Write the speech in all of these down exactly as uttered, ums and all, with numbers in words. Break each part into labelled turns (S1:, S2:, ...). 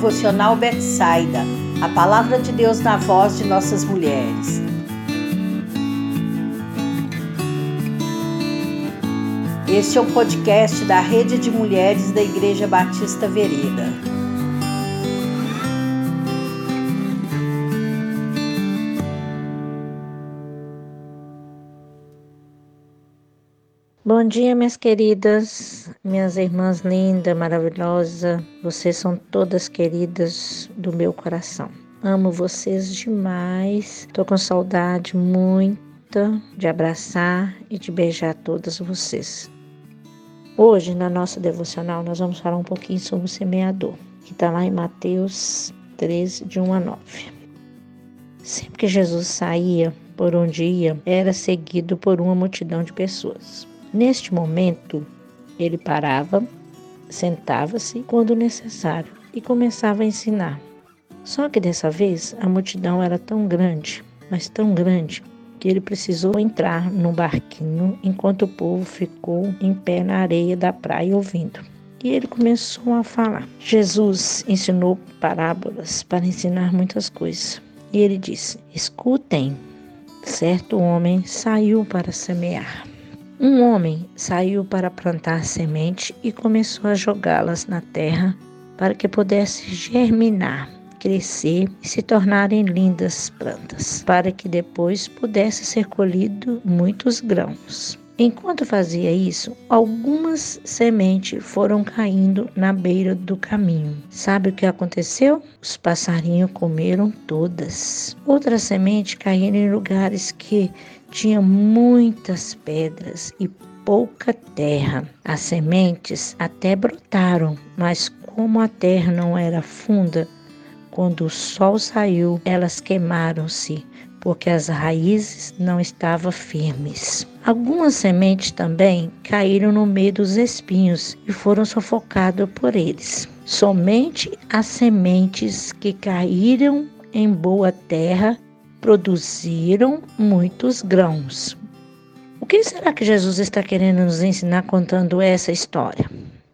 S1: Devocional Betsaida, a palavra de Deus na voz de nossas mulheres. Este é o podcast da Rede de Mulheres da Igreja Batista Vereda.
S2: Bom dia, minhas queridas, minhas irmãs lindas, maravilhosas. Vocês são todas queridas do meu coração. Amo vocês demais. Tô com saudade muita de abraçar e de beijar todas vocês. Hoje, na nossa devocional, nós vamos falar um pouquinho sobre o semeador, que está lá em Mateus treze, de um a nove. Sempre que Jesus saía por onde ia, era seguido por uma multidão de pessoas. Neste momento, ele parava, sentava-se quando necessário e começava a ensinar. Só que dessa vez, a multidão era tão grande, mas tão grande, que ele precisou entrar no barquinho enquanto o povo ficou em pé na areia da praia ouvindo. E ele começou a falar. Jesus ensinou parábolas para ensinar muitas coisas. E ele disse: escutem, certo homem saiu para semear. Um homem saiu para plantar semente e começou a jogá-las na terra para que pudesse germinar, crescer e se tornarem lindas plantas, para que depois pudesse ser colhido muitos grãos. Enquanto fazia isso, algumas sementes foram caindo na beira do caminho. Sabe o que aconteceu? Os passarinhos comeram todas. Outras sementes caíram em lugares que tinham muitas pedras e pouca terra. As sementes até brotaram, mas como a terra não era funda, quando o sol saiu, elas queimaram-se, porque as raízes não estavam firmes. Algumas sementes também caíram no meio dos espinhos e foram sufocadas por eles. Somente as sementes que caíram em boa terra produziram muitos grãos. O que será que Jesus está querendo nos ensinar contando essa história?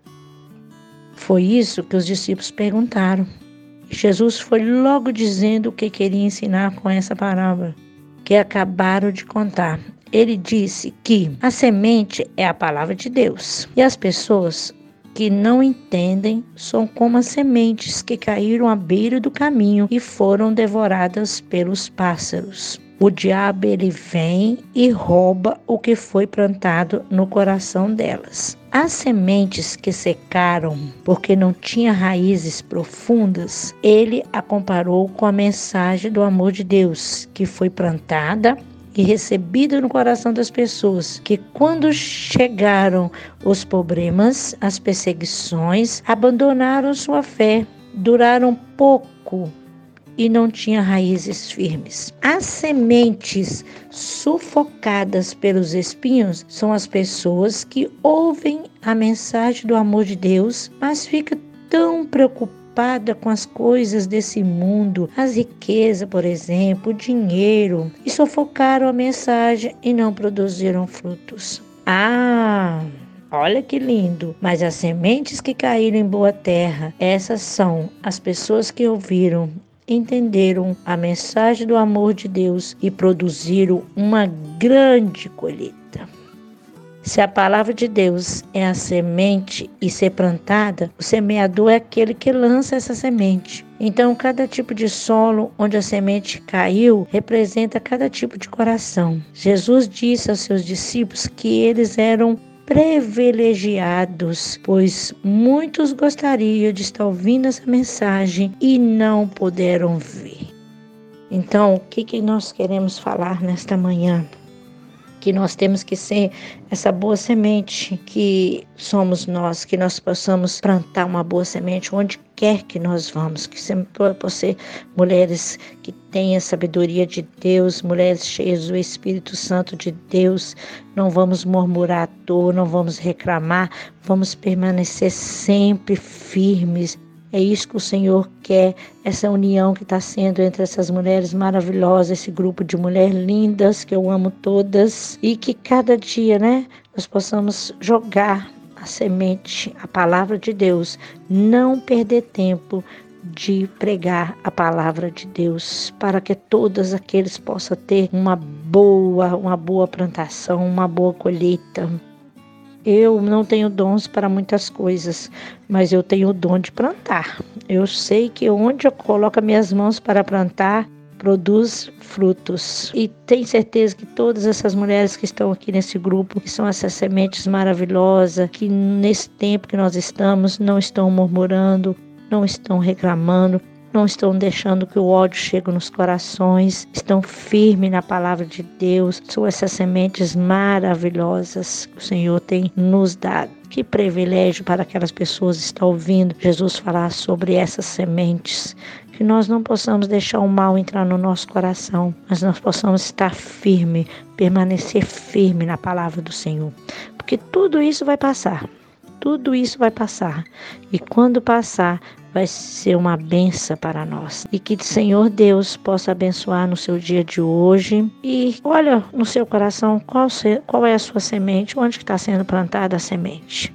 S2: Foi isso que os discípulos perguntaram. Jesus foi logo dizendo o que queria ensinar com essa parábola que acabaram de contar. Ele disse que a semente é a palavra de Deus e as pessoas que não entendem são como as sementes que caíram à beira do caminho e foram devoradas pelos pássaros. O diabo ele vem e rouba o que foi plantado no coração delas. As sementes que secaram porque não tinha raízes profundas, ele a comparou com a mensagem do amor de Deus, que foi plantada e recebida no coração das pessoas, que quando chegaram os problemas, as perseguições, abandonaram sua fé, duraram pouco e não tinha raízes firmes. As sementes sufocadas pelos espinhos são as pessoas que ouvem a mensagem do amor de Deus, mas ficam tão preocupadas com as coisas desse mundo, as riquezas, por exemplo, o dinheiro, e sufocaram a mensagem e não produziram frutos. Ah! Olha que lindo! Mas as sementes que caíram em boa terra, essas são as pessoas que ouviram, entenderam a mensagem do amor de Deus e produziram uma grande colheita. Se a palavra de Deus é a semente e ser plantada, o semeador é aquele que lança essa semente. Então, cada tipo de solo onde a semente caiu representa cada tipo de coração. Jesus disse aos seus discípulos que eles eram privilegiados, pois muitos gostariam de estar ouvindo essa mensagem e não puderam ver. Então, o que, que nós queremos falar nesta manhã? Que nós temos que ser essa boa semente que somos nós, que nós possamos plantar uma boa semente onde quer que nós vamos, que sempre por ser mulheres que têm a sabedoria de Deus, mulheres cheias do Espírito Santo de Deus, não vamos murmurar à toa, não vamos reclamar, vamos permanecer sempre firmes. É isso que o Senhor quer, essa união que está sendo entre essas mulheres maravilhosas, esse grupo de mulheres lindas que eu amo todas, e que cada dia, né, nós possamos jogar a semente, a palavra de Deus, não perder tempo de pregar a palavra de Deus, para que todos aqueles possam ter uma boa, uma boa plantação, uma boa colheita. Eu não tenho dons para muitas coisas, mas eu tenho o dom de plantar. Eu sei que onde eu coloco minhas mãos para plantar, produz frutos. E tenho certeza que todas essas mulheres que estão aqui nesse grupo, que são essas sementes maravilhosas, que nesse tempo que nós estamos, não estão murmurando, não estão reclamando, não estão deixando que o ódio chegue nos corações, estão firmes na palavra de Deus. São essas sementes maravilhosas que o Senhor tem nos dado. Que privilégio para aquelas pessoas que estão ouvindo Jesus falar sobre essas sementes. Que nós não possamos deixar o mal entrar no nosso coração, mas nós possamos estar firme, permanecer firme na palavra do Senhor. Porque tudo isso vai passar. Tudo isso vai passar. E quando passar, vai ser uma benção para nós. E que o Senhor Deus possa abençoar no seu dia de hoje. E olha no seu coração qual, se, qual é a sua semente, onde está sendo plantada a semente.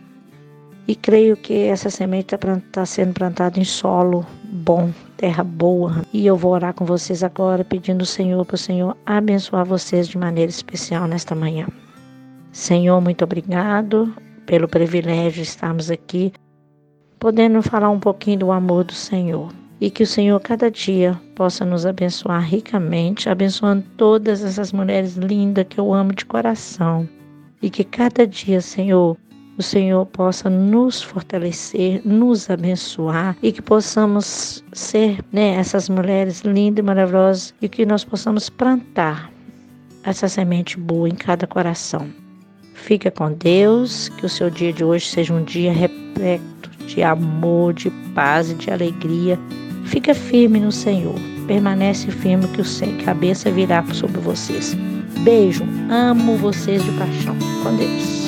S2: E creio que essa semente está tá sendo plantada em solo bom, terra boa. E eu vou orar com vocês agora, pedindo ao Senhor, para o Senhor abençoar vocês de maneira especial nesta manhã. Senhor, muito obrigado pelo privilégio de estarmos aqui, podendo falar um pouquinho do amor do Senhor. E que o Senhor cada dia possa nos abençoar ricamente, abençoando todas essas mulheres lindas que eu amo de coração. E que cada dia, Senhor, o Senhor possa nos fortalecer, nos abençoar e que possamos ser, né, essas mulheres lindas e maravilhosas e que nós possamos plantar essa semente boa em cada coração. Fica com Deus, que o seu dia de hoje seja um dia repleto de amor, de paz e de alegria. Fica firme no Senhor, permanece firme que o cabeça virá sobre vocês. Beijo, amo vocês de paixão. Com Deus.